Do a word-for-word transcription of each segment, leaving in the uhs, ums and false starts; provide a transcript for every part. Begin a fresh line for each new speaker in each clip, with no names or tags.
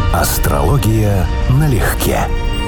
Астрология налегке.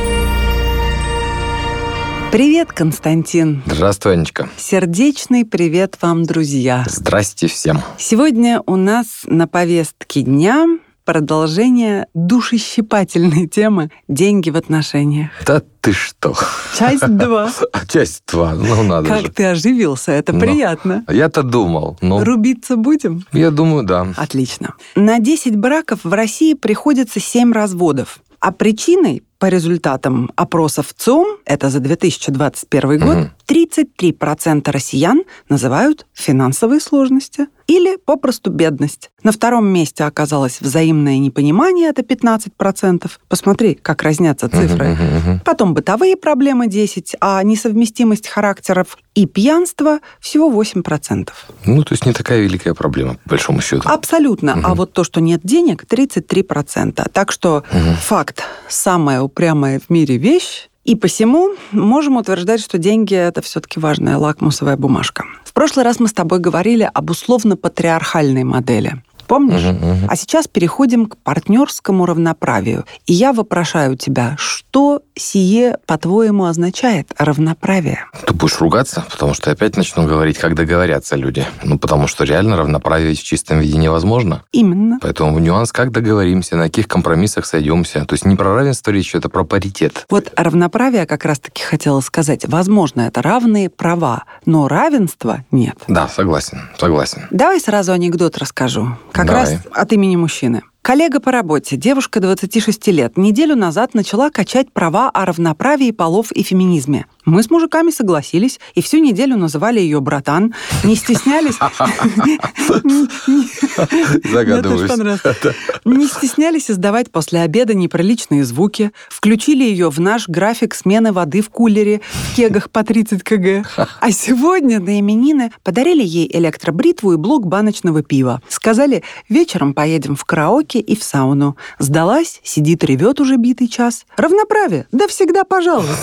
Привет, Константин.
Здравствуй, Анечка.
Сердечный привет вам, друзья.
Здрасте всем.
Сегодня у нас на повестке дня продолжение душещипательной темы «Деньги в отношениях».
Да ты что?
Часть два.
Часть два, ну надо
как
же.
Как ты оживился, это
но.
Приятно.
Я-то думал. Но...
Рубиться будем?
Я думаю, да.
Отлично. На десять браков в России приходится семь разводов. А причиной, по результатам опросов ЦИОМ, это за две тысячи двадцать первый год, угу. тридцать три процента россиян называют финансовые сложности или попросту бедность. На втором месте оказалось взаимное непонимание, это пятнадцать процентов. Посмотри, как разнятся цифры. Угу, угу, угу. Потом бытовые проблемы десять процентов, а несовместимость характеров и пьянство всего восемь процентов.
Ну, то есть не такая великая проблема, по большому счету.
Абсолютно. Угу. А вот то, что нет денег, тридцать три процента. Так что угу. факт, самая упрямая в мире вещь, и посему можем утверждать, что деньги – это все-таки важная лакмусовая бумажка. В прошлый раз мы с тобой говорили об условно-патриархальной модели. Помнишь? Uh-huh, uh-huh. А сейчас переходим к партнерскому равноправию. И я вопрошаю тебя, что сие, по-твоему, означает равноправие?
Ты будешь ругаться, потому что опять начну говорить, как договорятся люди. Ну, потому что реально равноправие в чистом виде невозможно.
Именно.
Поэтому нюанс, как договоримся, на каких компромиссах сойдемся. То есть не про равенство речь, это про паритет.
Вот равноправие как раз-таки хотела сказать. Возможно, это равные права, но равенства нет.
Да, согласен, согласен.
Давай сразу анекдот расскажу. Как
Давай.
раз от имени мужчины. Коллега по работе, девушка двадцати шести лет, неделю назад начала качать права о равноправии полов и феминизме. Мы с мужиками согласились, и всю неделю называли ее братан, не стеснялись...
Загадываюсь.
Не стеснялись издавать после обеда неприличные звуки, включили ее в наш график смены воды в кулере в кегах по тридцать килограмм. А сегодня на именины подарили ей электробритву и блок баночного пива. Сказали, вечером поедем в караоке и в сауну. Сдалась, сидит, ревет уже битый час. Равноправие? Да всегда пожалуйста.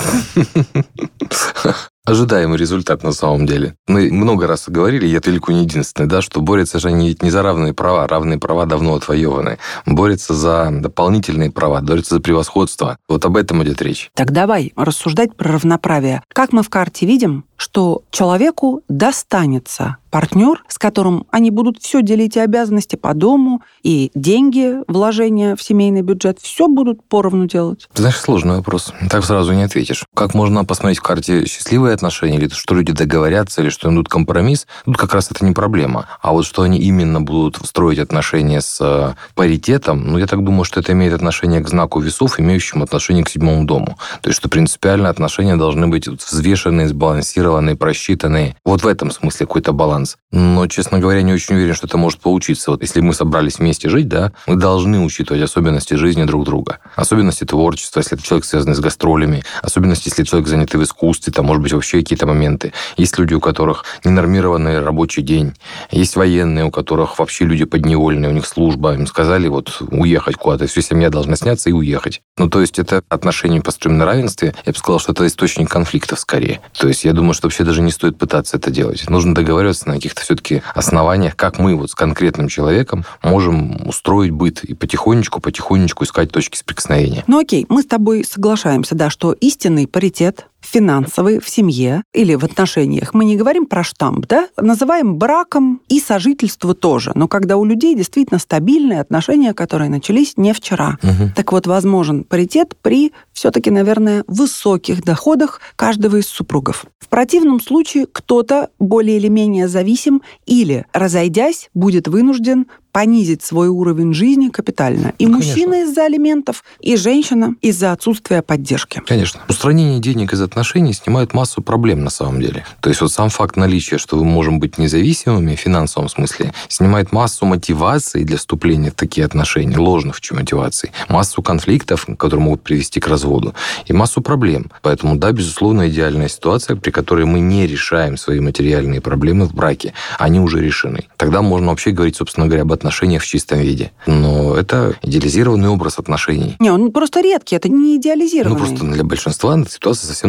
Ожидаемый результат на самом деле. Мы много раз говорили, я далеко не единственный, да, что борются же они не за равные права. Равные права давно отвоеваны. Борются за дополнительные права, борются за превосходство. Вот об этом идет речь.
Так давай рассуждать про равноправие. Как мы в карте видим, что человеку достанется партнер, с которым они будут все делить, и обязанности по дому, и деньги, вложения в семейный бюджет, все будут поровну делать.
Ты знаешь, сложный вопрос. Так сразу не ответишь. Как можно посмотреть в карте счастливые отношения, или что люди договорятся, или что идут компромисс, тут как раз это не проблема. А вот что они именно будут строить отношения с паритетом, ну, я так думаю, что это имеет отношение к знаку весов, имеющему отношение к седьмому дому. То есть, что принципиально отношения должны быть взвешенные, сбалансированные, просчитанные. Вот в этом смысле какой-то баланс. Но, честно говоря, не очень уверен, что это может получиться. Вот если мы собрались вместе жить, да, мы должны учитывать особенности жизни друг друга. Особенности творчества, если это человек, связанный с гастролями. Особенности, если человек занят в искусстве, там, может быть, вообще какие-то моменты. Есть люди, у которых ненормированный рабочий день. Есть военные, у которых вообще люди подневольные, у них служба. Им сказали вот уехать куда-то, вся семья должна сняться и уехать. Ну, то есть это отношения построены на равенстве. Я бы сказал, что это источник конфликтов скорее. То есть я думаю, что вообще даже не стоит пытаться это делать. Нужно договариваться на каких-то все-таки основаниях, как мы вот с конкретным человеком можем устроить быт и потихонечку-потихонечку искать точки соприкосновения.
Ну окей, мы с тобой соглашаемся, да, что истинный паритет финансовый в семье или в отношениях. Мы не говорим про штамп, да? Называем браком и сожительство тоже. Но когда у людей действительно стабильные отношения, которые начались не вчера. Угу. Так вот, возможен паритет при все-таки, наверное, высоких доходах каждого из супругов. В противном случае кто-то более или менее зависим или, разойдясь, будет вынужден понизить свой уровень жизни капитально. И ну, мужчина конечно. Из-за алиментов, и женщина из-за отсутствия поддержки.
Конечно. Устранение денег из отношений снимает массу проблем на самом деле. То есть вот сам факт наличия, что мы можем быть независимыми в финансовом смысле, снимает массу мотиваций для вступления в такие отношения, ложных мотиваций, массу конфликтов, которые могут привести к разводу, и массу проблем. Поэтому, да, безусловно, идеальная ситуация, при которой мы не решаем свои материальные проблемы в браке, они уже решены. Тогда можно вообще говорить, собственно говоря, об отношениях в чистом виде. Но это идеализированный образ отношений.
Не, он просто редкий, это не идеализированный.
Ну, просто для большинства ситуация совсем другая.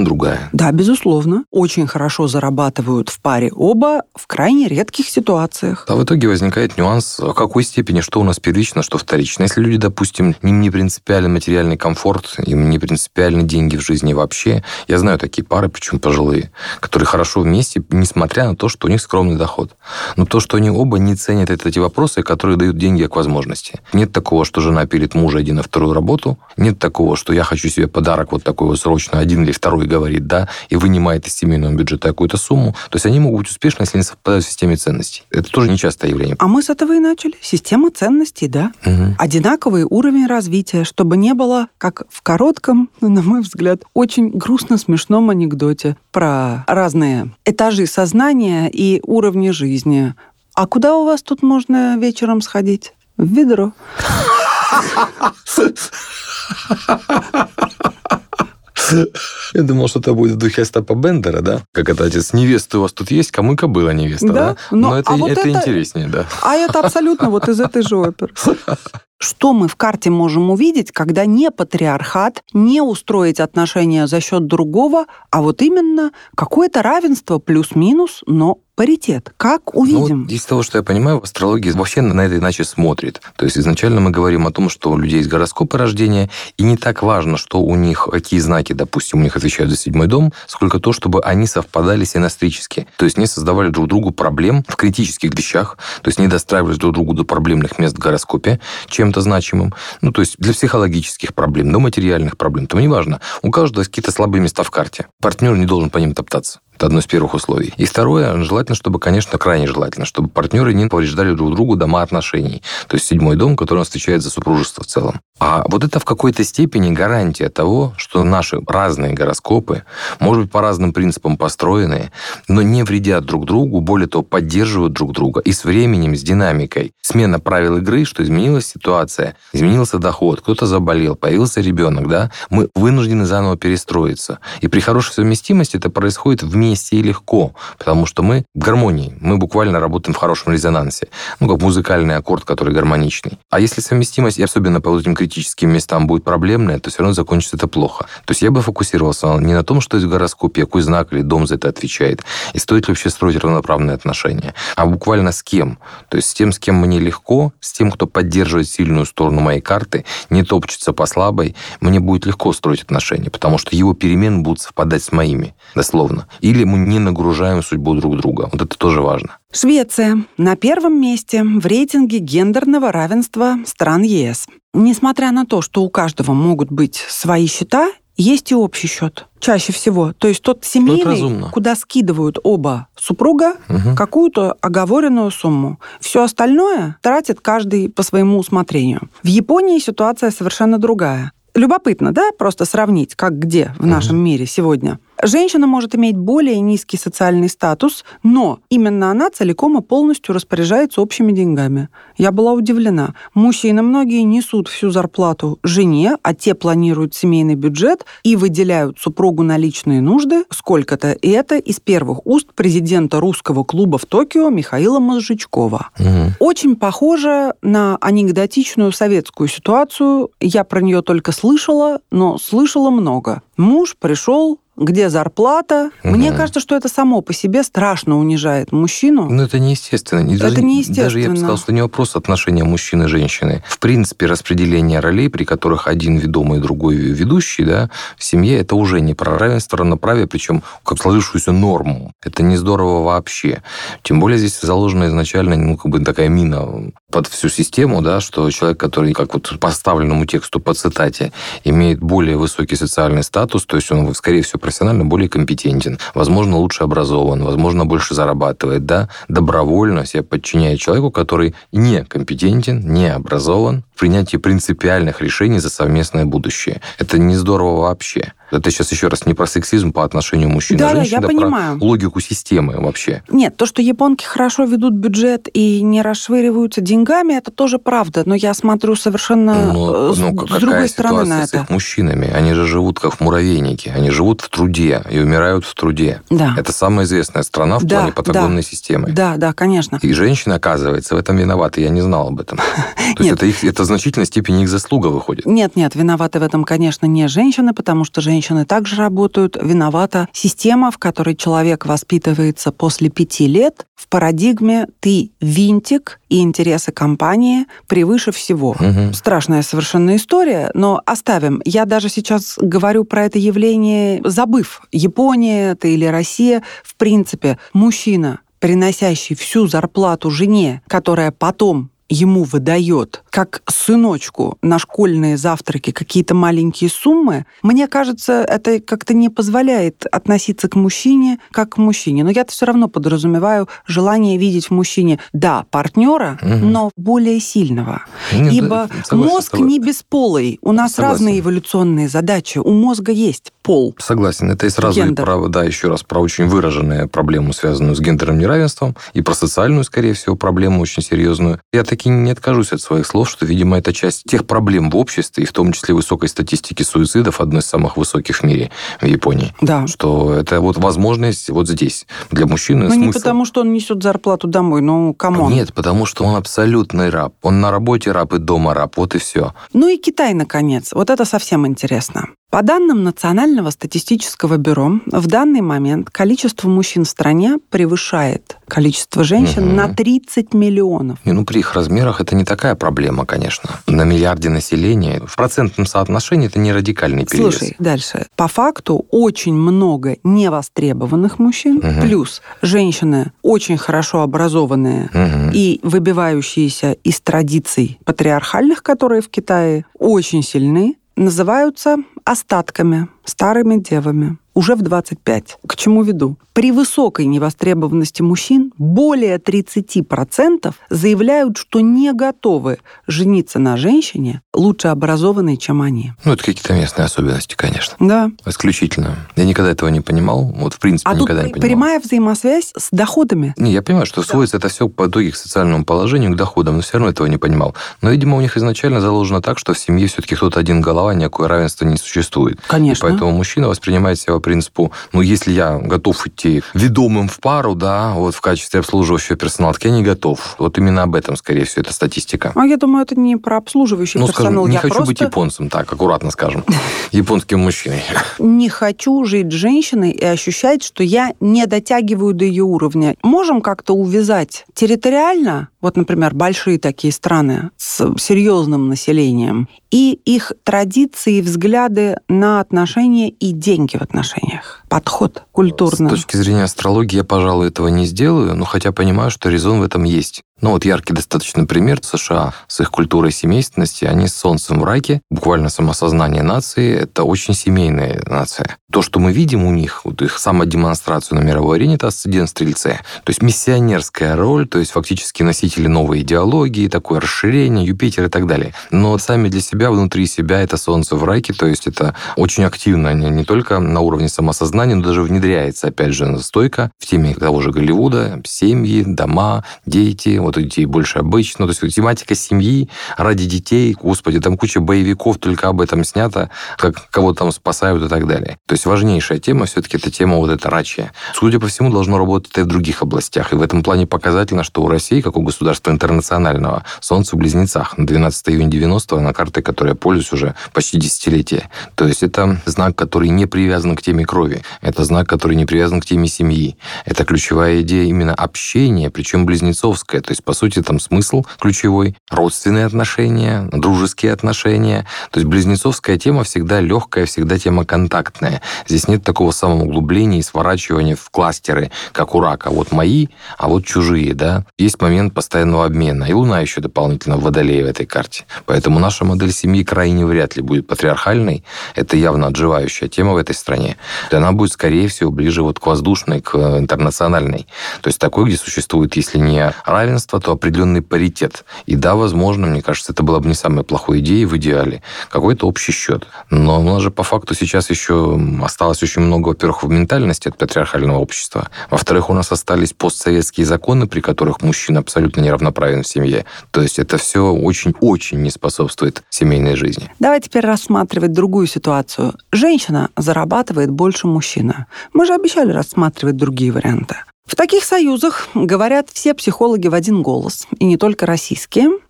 другая.
Да, безусловно. Очень хорошо зарабатывают в паре оба в крайне редких ситуациях.
А в итоге возникает нюанс, в какой степени что у нас первично, что вторично. Если люди, допустим, им не принципиален материальный комфорт, им не принципиальны деньги в жизни вообще. Я знаю такие пары, причем пожилые, которые хорошо вместе, несмотря на то, что у них скромный доход. Но то, что они оба не ценят эти вопросы, которые дают деньги к возможности. Нет такого, что жена пилит мужа один на вторую работу. Нет такого, что я хочу себе подарок вот такой вот срочно, один или второй говорит, да, и вынимает из семейного бюджета какую-то сумму. То есть они могут быть успешны, если они совпадают в системе ценностей. Это тоже нечастое явление.
А мы с этого и начали. Система ценностей, да.
Угу.
Одинаковый уровень развития, чтобы не было, как в коротком, на мой взгляд, очень грустно-смешном анекдоте про разные этажи сознания и уровни жизни. А куда у вас тут можно вечером сходить? В ведро.
Я думал, что это будет в духе Остапа Бендера, да? Как это, отец, невесты у вас тут есть, кому и кобыла невеста, да?
Да?
Но,
Но
это,
а вот
это,
это
интереснее, да.
А это абсолютно вот из этой же оперы. Что мы в карте можем увидеть, когда не патриархат, не устроить отношения за счет другого, а вот именно какое-то равенство плюс-минус, но паритет. Как увидим?
Ну, вот из того, что я понимаю, в астрологии вообще на это иначе смотрит. То есть изначально мы говорим о том, что у людей есть гороскопы рождения, и не так важно, что у них, какие знаки, допустим, у них отвечают за седьмой дом, сколько то, чтобы они совпадали синастрически. То есть не создавали друг другу проблем в критических вещах, то есть не достраивались друг другу до проблемных мест в гороскопе чем-то значимым. Ну, то есть для психологических проблем, до материальных проблем. Там неважно. У каждого есть какие-то слабые места в карте. Партнер не должен по ним топтаться. Это одно из первых условий. И второе, желательно, чтобы, конечно, крайне желательно, чтобы партнеры не повреждали друг другу дома отношений. То есть седьмой дом, который отвечает за супружество в целом. А вот это в какой-то степени гарантия того, что наши разные гороскопы, может быть, по разным принципам построенные, но не вредят друг другу, более того, поддерживают друг друга. И с временем, с динамикой, смена правил игры, что изменилась ситуация, изменился доход, кто-то заболел, появился ребенок, да, мы вынуждены заново перестроиться. И при хорошей совместимости это происходит вместе и легко, потому что мы в гармонии, мы буквально работаем в хорошем резонансе. Ну, как музыкальный аккорд, который гармоничный. А если совместимость, и особенно по вот этим критическим местам, будет проблемная, то все равно закончится это плохо. То есть я бы фокусировался не на том, что есть в гороскопе, какой знак или дом за это отвечает, и стоит ли вообще строить равноправные отношения, а буквально с кем. То есть с тем, с кем мне легко, с тем, кто поддерживает сильную сторону моей карты, не топчется по слабой, мне будет легко строить отношения, потому что его перемены будут совпадать с моими, дословно. Или мы не нагружаем судьбу друг друга. Вот это тоже важно.
Швеция на первом месте в рейтинге гендерного равенства стран ЕС. Несмотря на то, что у каждого могут быть свои счета, есть и общий счет. Чаще всего. То есть тот семейный, куда скидывают оба супруга угу. какую-то оговоренную сумму. Все остальное тратит каждый по своему усмотрению. В Японии ситуация совершенно другая. Любопытно, да, просто сравнить, как где в нашем угу. мире сегодня. Женщина может иметь более низкий социальный статус, но именно она целиком и полностью распоряжается общими деньгами. Я была удивлена. Мужчины многие несут всю зарплату жене, а те планируют семейный бюджет и выделяют супругу на личные нужды сколько-то. И это из первых уст президента русского клуба в Токио Михаила Мозжечкова. Угу. Очень похоже на анекдотичную советскую ситуацию. Я про нее только слышала, но слышала много. Муж пришел, где зарплата. Угу. Мне кажется, что это само по себе страшно унижает мужчину.
Ну, это неестественно.
Это
даже,
неестественно.
Даже я бы сказал, что не вопрос отношения мужчины и женщины. В принципе, распределение ролей, при которых один ведомый, другой ведущий, да, в семье, это уже не про равенство, равноправие, причем как сложившуюся норму. Это не здорово вообще. Тем более здесь заложена изначально, ну, как бы такая мина под всю систему, да, что человек, который, как вот по поставленному тексту по цитате, имеет более высокий социальный статус, то есть он, скорее всего, профессионально более компетентен, возможно, лучше образован, возможно, больше зарабатывает, да, добровольно себя подчиняет человеку, который не компетентен, не образован в принятии принципиальных решений за совместное будущее. Это не здорово вообще. Это сейчас еще раз не про сексизм по отношению мужчин
да,
и женщин,
да, я
а
понимаю.
Про логику системы вообще.
Нет, то, что японки хорошо ведут бюджет и не расшвыриваются деньгами, это тоже правда. Но я смотрю совершенно но, с,
но
с другой стороны на это.
С их мужчинами? Они же живут как в муравейнике. Они живут в труде и умирают в труде.
Да.
Это самая известная страна в
да,
плане патагонной
да,
системы.
Да, да, конечно.
И женщины, оказывается, в этом виноваты. Я не знал об этом. То есть это их это значительной степени их заслуга выходит.
Нет-нет, виноваты в этом, конечно, не женщины, потому что женщины также работают. Виновата система, в которой человек воспитывается после пяти лет в парадигме «ты винтик, и интересы компании превыше всего».
Угу.
Страшная совершенно история, но оставим. Я даже сейчас говорю про это явление, забыв, Япония это или Россия. В принципе, мужчина, приносящий всю зарплату жене, которая потом ему выдает, как сыночку на школьные завтраки какие-то маленькие суммы, мне кажется, это как-то не позволяет относиться к мужчине как к мужчине. Но я-то все равно подразумеваю желание видеть в мужчине, да, партнера, угу. но более сильного. Нет, Ибо согласен, мозг согласен. не бесполый. У нас согласен. разные эволюционные задачи. У мозга есть пол.
Согласен. Это и сразу и про, да, еще раз, про очень выраженную проблему, связанную с гендерным неравенством, и про социальную, скорее всего, проблему очень серьезную. Я таки не откажусь от своих слов, что, видимо, это часть тех проблем в обществе, и в том числе высокой статистики суицидов, одной из самых высоких в мире, в Японии.
Да.
Что это вот возможность вот здесь для мужчины.
Но
смысл...
не потому, что он несет зарплату домой, ну, камон.
Нет, потому что он абсолютный раб. Он на работе раб и дома раб, вот и все.
Ну и Китай, наконец. Вот это совсем интересно. По данным Национального статистического бюро, в данный момент количество мужчин в стране превышает количество женщин угу. на тридцать миллионов.
И, ну, при их размерах это не такая проблема, конечно. На миллиарде населения в процентном соотношении это не радикальный перевес.
Слушай, дальше. По факту очень много невостребованных мужчин, угу. плюс женщины очень хорошо образованные угу. и выбивающиеся из традиций патриархальных, которые в Китае очень сильны, называются остатками, старыми девами. Уже в двадцать пять. К чему веду? При высокой невостребованности мужчин более тридцать процентов заявляют, что не готовы жениться на женщине лучше образованной, чем они.
Ну, это какие-то местные особенности, конечно.
Да.
Исключительно. Я никогда этого не понимал. Вот, в принципе,
а
никогда
тут
не понимал.
прямая взаимосвязь с доходами.
Не, я понимаю, что да. сводится это все по итоге к социальному положению, к доходам, но все равно этого не понимал. Но, видимо, у них изначально заложено так, что в семье все-таки кто-то один голова, никакое равенство не существует.
Конечно.
И поэтому мужчина воспринимает себя по принципу, ну, если я готов идти ведомым в пару, да, вот в качестве обслуживающего персонала, так я не готов. Вот именно об этом, скорее всего, это статистика.
А я думаю, это не про обслуживающий
ну,
персонал.
Ну, скажем, не
я
хочу
просто...
быть японцем, так, аккуратно скажем. Японским мужчиной.
Не хочу жить с женщиной и ощущать, что я не дотягиваю до ее уровня. Можем как-то увязать территориально, вот, например, большие такие страны с серьезным населением, и их традиции и взгляды на отношения и деньги в отношениях. Подход культурный.
С точки зрения астрологии я, пожалуй, этого не сделаю, но хотя понимаю, что резон в этом есть. Ну вот яркий достаточно пример США с их культурой семейственности. Они с Солнцем в раке. Буквально самосознание нации — это очень семейная нация. То, что мы видим у них, вот их самодемонстрацию на мировой арене, это асцендент в Стрельце. То есть миссионерская роль, то есть фактически носители новой идеологии, такое расширение, Юпитер и так далее. Но сами для себя, внутри себя это Солнце в раке, то есть это очень активно, не, не только на уровне самосознания, но даже внедряется, опять же, стойко в теме того же Голливуда, семьи, дома, дети, вот у детей больше обычно. То есть тематика семьи ради детей, господи, там куча боевиков только об этом снято, как кого там спасают и так далее. То есть важнейшая тема все-таки это тема вот эта рачья. Судя по всему, должно работать и в других областях. И в этом плане показательно, что у России, как у государства интернационального, Солнце в Близнецах. На двенадцатое июня девяностого на карте, которой я пользуюсь уже почти десятилетие. То есть это знак, который не привязан к теме крови. Это знак, который не привязан к теме семьи. Это ключевая идея именно общения, причем близнецовская. То есть, по сути, там смысл ключевой. Родственные отношения, дружеские отношения. То есть близнецовская тема всегда легкая, всегда тема контактная. Здесь нет такого самоуглубления и сворачивания в кластеры, как у рака. Вот мои, а вот чужие, да. Есть момент постоянного обмена. И Луна еще дополнительно в Водолее в этой карте. Поэтому наша модель семьи крайне вряд ли будет патриархальной. Это явно отживающая тема в этой стране. И она будет, скорее всего, ближе вот к воздушной, к интернациональной. То есть такой, где существует, если не равенство, то определенный паритет. И да, возможно, мне кажется, это была бы не самой плохой идеей в идеале. Какой-то общий счет. Но у нас же по факту сейчас еще осталось очень много, во-первых, в ментальности от патриархального общества. Во-вторых, у нас остались постсоветские законы, при которых мужчина абсолютно неравноправен в семье. То есть это все очень-очень не способствует семейной жизни.
Давай теперь рассматривать другую ситуацию. Женщина зарабатывает больше мужчины. Мы же обещали рассматривать другие варианты. В таких союзах говорят все психологи в один голос, и не только российские.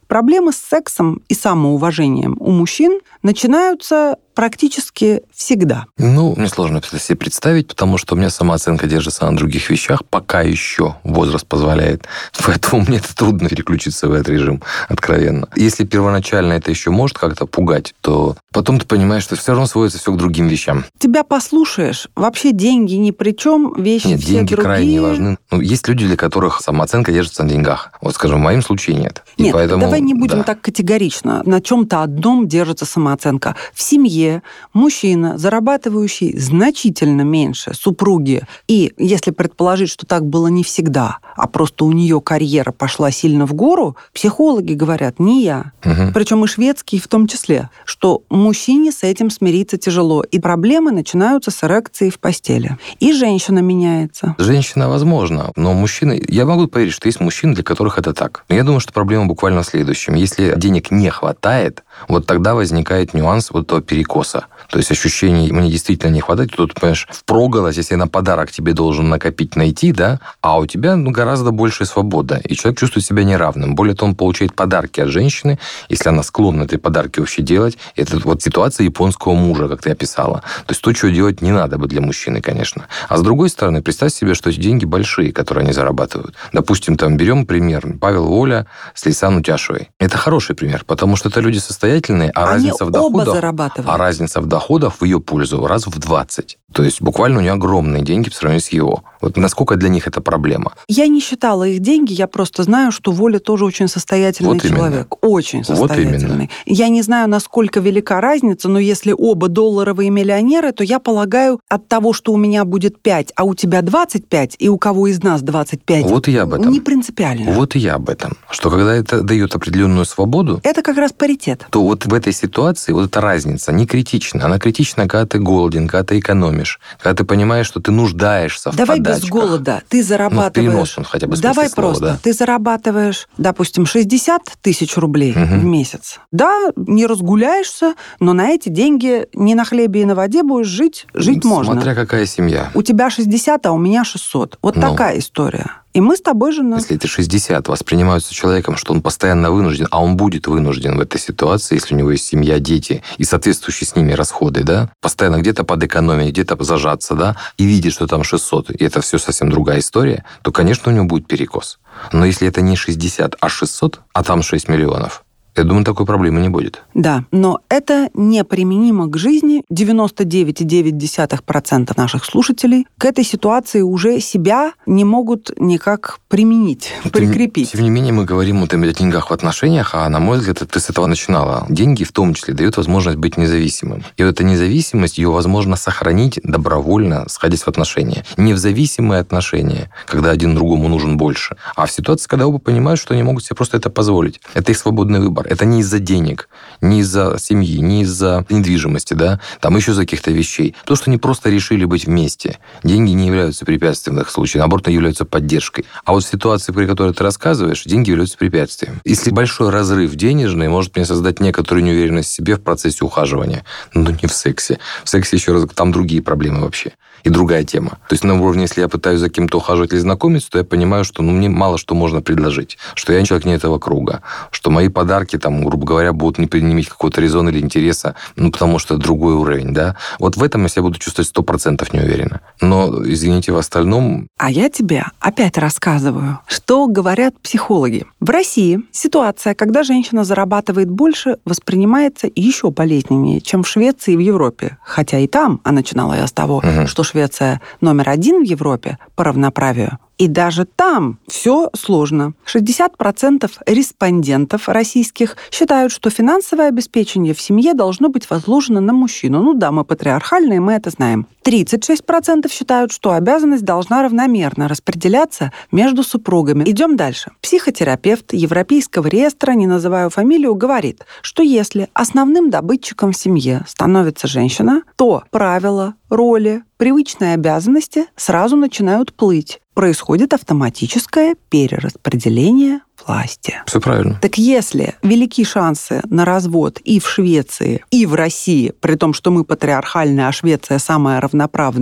проблемы с сексом и самоуважением у мужчин начинаются практически всегда.
Ну, мне сложно это себе представить, потому что у меня самооценка держится на других вещах, пока еще возраст позволяет. Поэтому мне это трудно переключиться в этот режим, откровенно. Если первоначально это еще может как-то пугать, то потом ты понимаешь, что все равно сводится все к другим вещам.
Тебя послушаешь, вообще деньги ни при чем, вещи
нет,
все
деньги
другие.
крайне важны. Ну, есть люди, для которых самооценка держится на деньгах. Вот, скажем, в моем случае нет. И
Нет,
поэтому,
давай не будем
да.
так категорично. На чем-то одном держится самооценка. В семье мужчина, зарабатывающий значительно меньше супруги, и если предположить, что так было не всегда, а просто у нее карьера пошла сильно в гору, психологи говорят, не я.
Угу.
Причем и шведские в том числе, что мужчине с этим смириться тяжело, и проблемы начинаются с эрекцией в постели. И женщина меняется.
Женщина, возможно, но мужчины... Я могу поверить, что есть мужчины, для которых это так. Но я думаю, что проблема буквально в следующем. Если денег не хватает, вот тогда возникает нюанс вот этого перекоса. То есть ощущение, мне действительно не хватает, тут, понимаешь, впроголодь, если на подарок тебе должен накопить, найти, да, а у тебя ну, гораздо большая свобода, и человек чувствует себя неравным. Более того, он получает подарки от женщины, если она склонна эти подарки вообще делать. Это вот ситуация японского мужа, как ты описала. То есть то, чего делать не надо бы для мужчины, конечно. А с другой стороны, представь себе, что эти деньги большие, которые они зарабатывают. Допустим, там берем пример Павел Воля с Лейсан Утяшевой. Это хороший пример, потому что это люди состоятельные, а
Они
разница в
оба
доходах...
зарабатывают.
А разница в доходах в ее пользу раз в двадцать. То есть буквально у нее огромные деньги по сравнению с его. Вот насколько для них это проблема?
Я не считала их деньги, я просто знаю, что Воля тоже очень состоятельный
Вот
человек. Очень состоятельный.
Вот именно.
Я не знаю, насколько велика разница, но если оба долларовые миллионеры, то я полагаю, от того, что у меня будет пять, а у тебя двадцать пять, и у кого из нас двадцать пять,
вот и я об этом.
Не принципиально.
Вот и я об этом. Что когда это дает определенную свободу,
это как раз паритет.
То вот в этой ситуации вот эта разница не критична. Она критична, когда ты голоден, когда ты экономишь, когда ты понимаешь, что ты нуждаешься в
Давай
подачках.
без голода. Ты зарабатываешь...
Ну, в переносном хотя бы смысле
Давай
слова,
просто.
Да.
Ты зарабатываешь, допустим, шестьдесят тысяч рублей
угу.
в месяц. Да, не разгуляешься, но на эти деньги не на хлебе и на воде будешь жить. Жить
Смотря
можно.
Смотря какая семья.
У тебя шестьдесят, а у меня шестьсот. Вот
ну.
такая история. И мы с тобой же...
Если это шестьдесят, воспринимаются человеком, что он постоянно вынужден, а он будет вынужден в этой ситуации, если у него есть семья, дети и соответствующие с ними расходы, да, постоянно где-то подэкономить, где-то зажаться, да, и видит, что там шестьсот, и это все совсем другая история, то, конечно, у него будет перекос. Но если это не шестьдесят, а шестьсот, а там шесть миллионов, я думаю, такой проблемы не будет.
Да, но это неприменимо к жизни. девяносто девять целых девять десятых процента наших слушателей к этой ситуации уже себя не могут никак применить,
тем,
прикрепить.
Тем не менее, мы говорим вот о деньгах в отношениях, а, на мой взгляд, ты с этого начинала. Деньги, в том числе, дают возможность быть независимым. И вот эта независимость, ее возможно сохранить добровольно, сходясь в отношения. Не в зависимые отношения, когда один другому нужен больше, а в ситуации, когда оба понимают, что они могут себе просто это позволить. Это их свободный выбор. Это не из-за денег, не из-за семьи, не из-за недвижимости, да, там еще из-за каких-то вещей. То, что они просто решили быть вместе. Деньги не являются препятствием в их случае, наоборот, они являются поддержкой. А вот в ситуации, при которой ты рассказываешь, деньги являются препятствием. Если большой разрыв денежный может мне создать некоторую неуверенность в себе в процессе ухаживания, но не в сексе. В сексе, еще раз, там другие проблемы вообще. И другая тема. То есть на уровне, если я пытаюсь за кем-то ухаживать или знакомиться, то я понимаю, что ну, мне мало что можно предложить, что я человек не этого круга, что мои подарки, там, грубо говоря, будут не иметь какого-то резона или интереса, ну, потому что это другой уровень, да. Вот в этом я себя буду чувствовать сто процентов неуверенно. Но, извините, в остальном...
А я тебе опять рассказываю, что говорят психологи. В России ситуация, когда женщина зарабатывает больше, воспринимается еще болезненнее, чем в Швеции и в Европе. Хотя и там, а начинала я с того, угу. что Швеция номер один в Европе по равноправию. И даже там все сложно. шестьдесят процентов респондентов российских считают, что финансовое обеспечение в семье должно быть возложено на мужчину. Ну да, мы патриархальные, мы это знаем. тридцать шесть процентов считают, что обязанность должна равномерно распределяться между супругами. Идем дальше. Психотерапевт Европейского реестра, не называю фамилию, говорит, что если основным добытчиком в семье становится женщина, то правила, роли, привычные обязанности сразу начинают плыть. Происходит автоматическое перераспределение власти.
Все правильно.
Так если велики шансы на развод и в Швеции, и в России, при том, что мы патриархальная, а Швеция самая равноправная,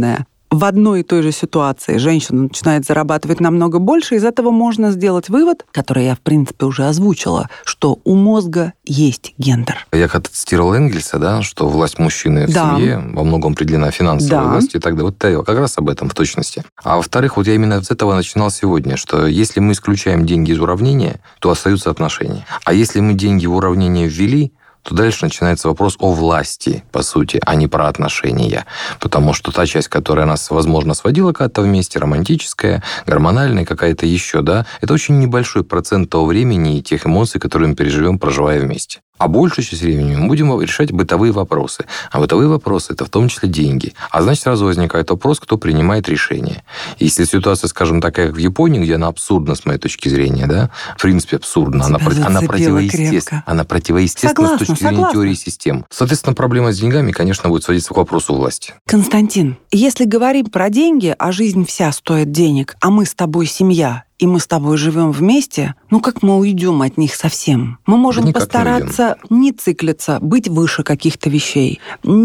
в одной и той же ситуации женщина начинает зарабатывать намного больше, из этого можно сделать вывод, который я, в принципе, уже озвучила, что у мозга есть гендер.
Я когда цитировал Энгельса, да, что власть мужчины в да. семье во многом определена финансовой да. властью и так далее. Вот это как раз об этом в точности. А во-вторых, вот я именно с этого начинал сегодня, что если мы исключаем деньги из уравнения, то остаются отношения. А если мы деньги в уравнение ввели, то дальше начинается вопрос о власти, по сути, а не про отношения. Потому что та часть, которая нас, возможно, сводила когда-то вместе, романтическая, гормональная, какая-то еще, да, это очень небольшой процент того времени и тех эмоций, которые мы переживем, проживая вместе. А большую часть времени мы будем решать бытовые вопросы. А бытовые вопросы – это в том числе деньги. А значит, сразу возникает вопрос, кто принимает решение. Если ситуация, скажем, такая, как в Японии, где она абсурдна, с моей точки зрения, да, в принципе, абсурдна, она, она противоестественна, она противоестественна с точки зрения теории систем. Соответственно, проблема с деньгами, конечно, будет сводиться к вопросу власти.
Константин, если говорим про деньги, а жизнь вся стоит денег, а мы с тобой семья, и мы с тобой живем вместе, ну как мы уйдем от них совсем? Мы можем да постараться не циклиться, быть выше каких-то вещей,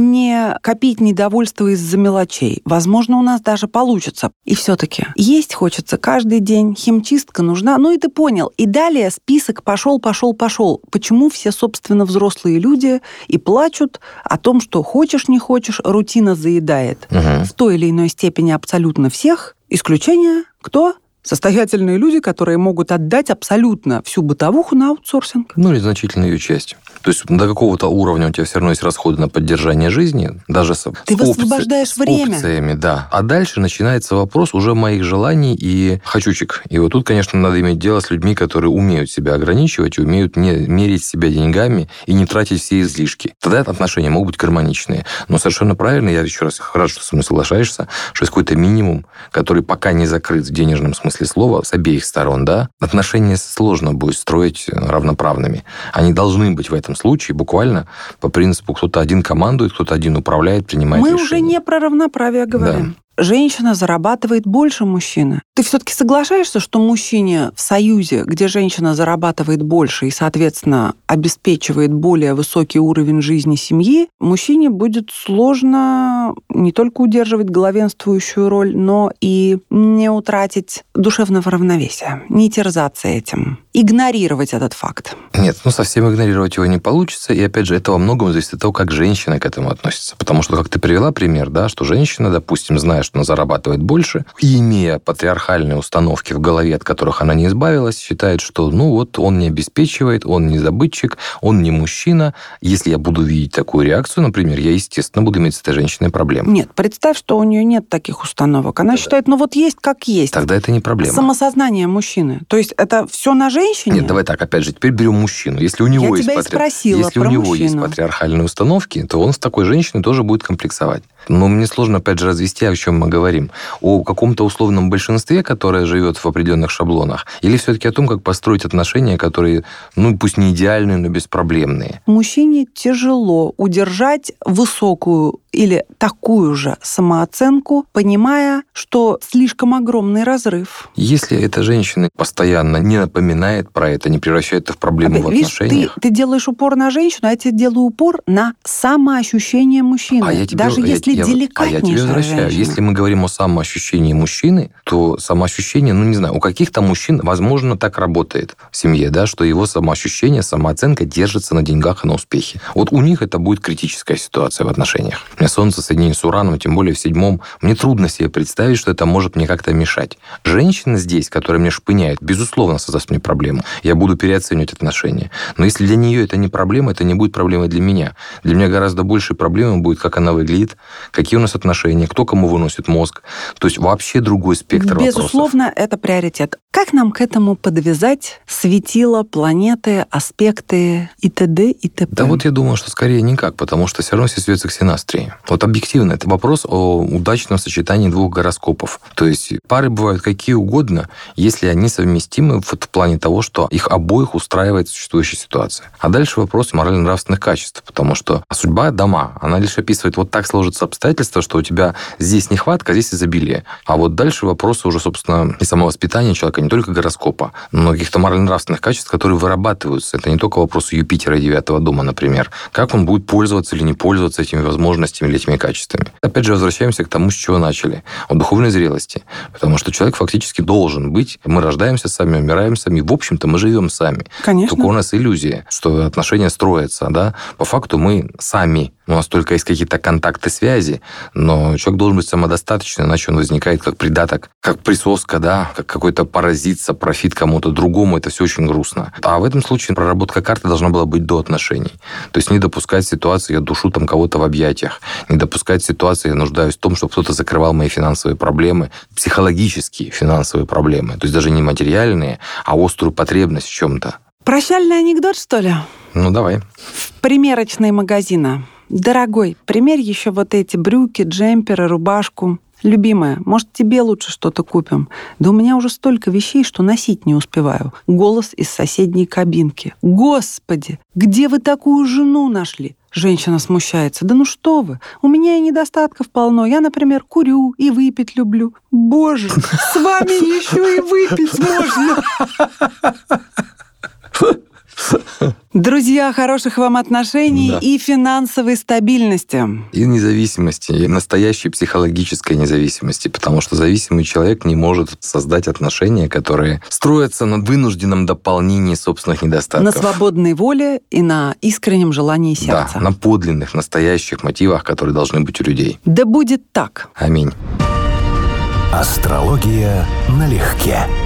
не копить недовольство из-за мелочей. Возможно, у нас даже получится. И все-таки есть хочется каждый день, химчистка нужна. Ну и ты понял. И далее список пошел, пошел, пошел. Почему все, собственно, взрослые люди и плачут о том, что хочешь, не хочешь, рутина заедает. Угу. В той или иной степени абсолютно всех. Исключение кто? Состоятельные люди, которые могут отдать абсолютно всю бытовуху на аутсорсинг.
Ну, или значительную ее часть. То есть до какого-то уровня у тебя все равно есть расходы на поддержание жизни, даже с,
Ты с, высвобождаешь
опци...
время.
с опциями, да. А дальше начинается вопрос уже моих желаний и хочучек. И вот тут, конечно, надо иметь дело с людьми, которые умеют себя ограничивать и умеют не мерить себя деньгами и не тратить все излишки. Тогда отношения могут быть гармоничные. Но совершенно правильно, я еще раз рад, что со мной соглашаешься, что есть какой-то минимум, который пока не закрыт в денежном смысле слова с обеих сторон, да, отношения сложно будет строить равноправными. Они должны быть в этом случае буквально по принципу кто-то один командует, кто-то один управляет, принимает
Мы
решения.
Мы уже не про равноправие говорим. Да. Женщина зарабатывает больше мужчины. Ты все-таки соглашаешься, что мужчине в союзе, где женщина зарабатывает больше и, соответственно, обеспечивает более высокий уровень жизни семьи, мужчине будет сложно не только удерживать главенствующую роль, но и не утратить душевного равновесия, не терзаться этим, игнорировать этот факт?
Нет, ну совсем игнорировать его не получится. И опять же, это во многом зависит от того, как женщина к этому относится. Потому что, как ты привела пример, да, что женщина, допустим, зная, что она зарабатывает больше, и имея патриархальные установки в голове, от которых она не избавилась, считает, что ну вот он не обеспечивает, он не добытчик, он не мужчина. Если я буду видеть такую реакцию, например, я, естественно, буду иметь с этой женщиной проблемы.
Нет, представь, что у нее нет таких установок. Она Тогда... считает, ну вот есть как есть.
Тогда это не проблема.
Самосознание мужчины. То есть это все на женщине?
Нет, давай так, опять же, теперь берем мужчину. Если у него,
я
есть,
тебя
патри...
Если
у него
мужчину.
есть патриархальные установки, то он с такой женщиной тоже будет комплексовать. Но мне сложно, опять же, развести, о чем мы говорим. О каком-то условном большинстве, которое живет в определенных шаблонах, или все-таки о том, как построить отношения, которые, ну, пусть не идеальные, но беспроблемные.
Мужчине тяжело удержать высокую или такую же самооценку, понимая, что слишком огромный разрыв.
Если эта женщина постоянно не напоминает про это, не превращает это в проблему Опять, в отношениях...
Видишь, ты, ты делаешь упор на женщину, а я тебе делаю упор на самоощущение мужчины. А я тебе, Даже я, если я, деликатнейшая
А я тебе возвращаю.
Женщина.
Если мы говорим о самоощущении мужчины, то самоощущение, ну, не знаю, у каких-то мужчин, возможно, так работает в семье, да, что его самоощущение, самооценка держится на деньгах и на успехе. Вот у них это будет критическая ситуация в отношениях. У меня Солнце соединение с Ураном, тем более в седьмом. Мне трудно себе представить, что это может мне как-то мешать. Женщина здесь, которая мне шпыняет, безусловно, создаст мне проблему. Я буду переоценивать отношения. Но если для нее это не проблема, это не будет проблемой для меня. Для меня гораздо больше проблемой будет, как она выглядит, какие у нас отношения, кто кому выносит мозг. То есть вообще другой спектр вопросов.
Безусловно, это приоритет. Как нам к этому подвязать светила, планеты, аспекты и т.д. и т.п.?
Да вот я думаю, что скорее никак, потому что все равно все сведется к синастрии. Вот объективно, это вопрос о удачном сочетании двух гороскопов. То есть пары бывают какие угодно, если они совместимы в плане того, что их обоих устраивает существующая ситуация. А дальше вопрос морально-нравственных качеств, потому что судьба дома, она лишь описывает, вот так сложатся обстоятельства, что у тебя здесь нехватка, а здесь изобилие. А вот дальше вопросы уже, собственно, и самовоспитания человека, не только гороскопа, но каких-то морально-нравственных качеств, которые вырабатываются. Это не только вопрос Юпитера и девятого дома, например. Как он будет пользоваться или не пользоваться этими возможностями ценностями или этими качествами. Опять же, возвращаемся к тому, с чего начали. О духовной зрелости. Потому что человек фактически должен быть. Мы рождаемся сами, умираем сами. В общем-то, мы живем сами.
Конечно.
Только у нас иллюзия, что отношения строятся. Да? По факту мы сами. У нас только есть какие-то контакты, связи, но человек должен быть самодостаточным, иначе он возникает как придаток, как присоска, да, как какой-то паразит, сапрофит кому-то другому. Это все очень грустно. А в этом случае проработка карты должна была быть до отношений. То есть не допускать ситуации, я душу там кого-то в объятиях, не допускать ситуации, я нуждаюсь в том, чтобы кто-то закрывал мои финансовые проблемы, психологические финансовые проблемы, то есть даже не материальные, а острую потребность в чем-то.
Прощальный анекдот, что ли?
Ну, давай.
В примерочной магазина. Дорогой, примерь еще вот эти брюки, джемперы, рубашку. Любимая, может, тебе лучше что-то купим? Да у меня уже столько вещей, что носить не успеваю. Голос из соседней кабинки. Господи, где вы такую жену нашли? Женщина смущается. Да ну что вы, у меня и недостатков полно. Я, например, курю и выпить люблю. Боже, с вами еще и выпить можно. Друзья, хороших вам отношений, да, и финансовой стабильности.
И независимости, и настоящей психологической независимости, потому что зависимый человек не может создать отношения, которые строятся на вынужденном дополнении собственных недостатков.
На свободной воле и на искреннем желании сердца.
Да, на подлинных, настоящих мотивах, которые должны быть у людей.
Да будет так.
Аминь.
Астрология налегке.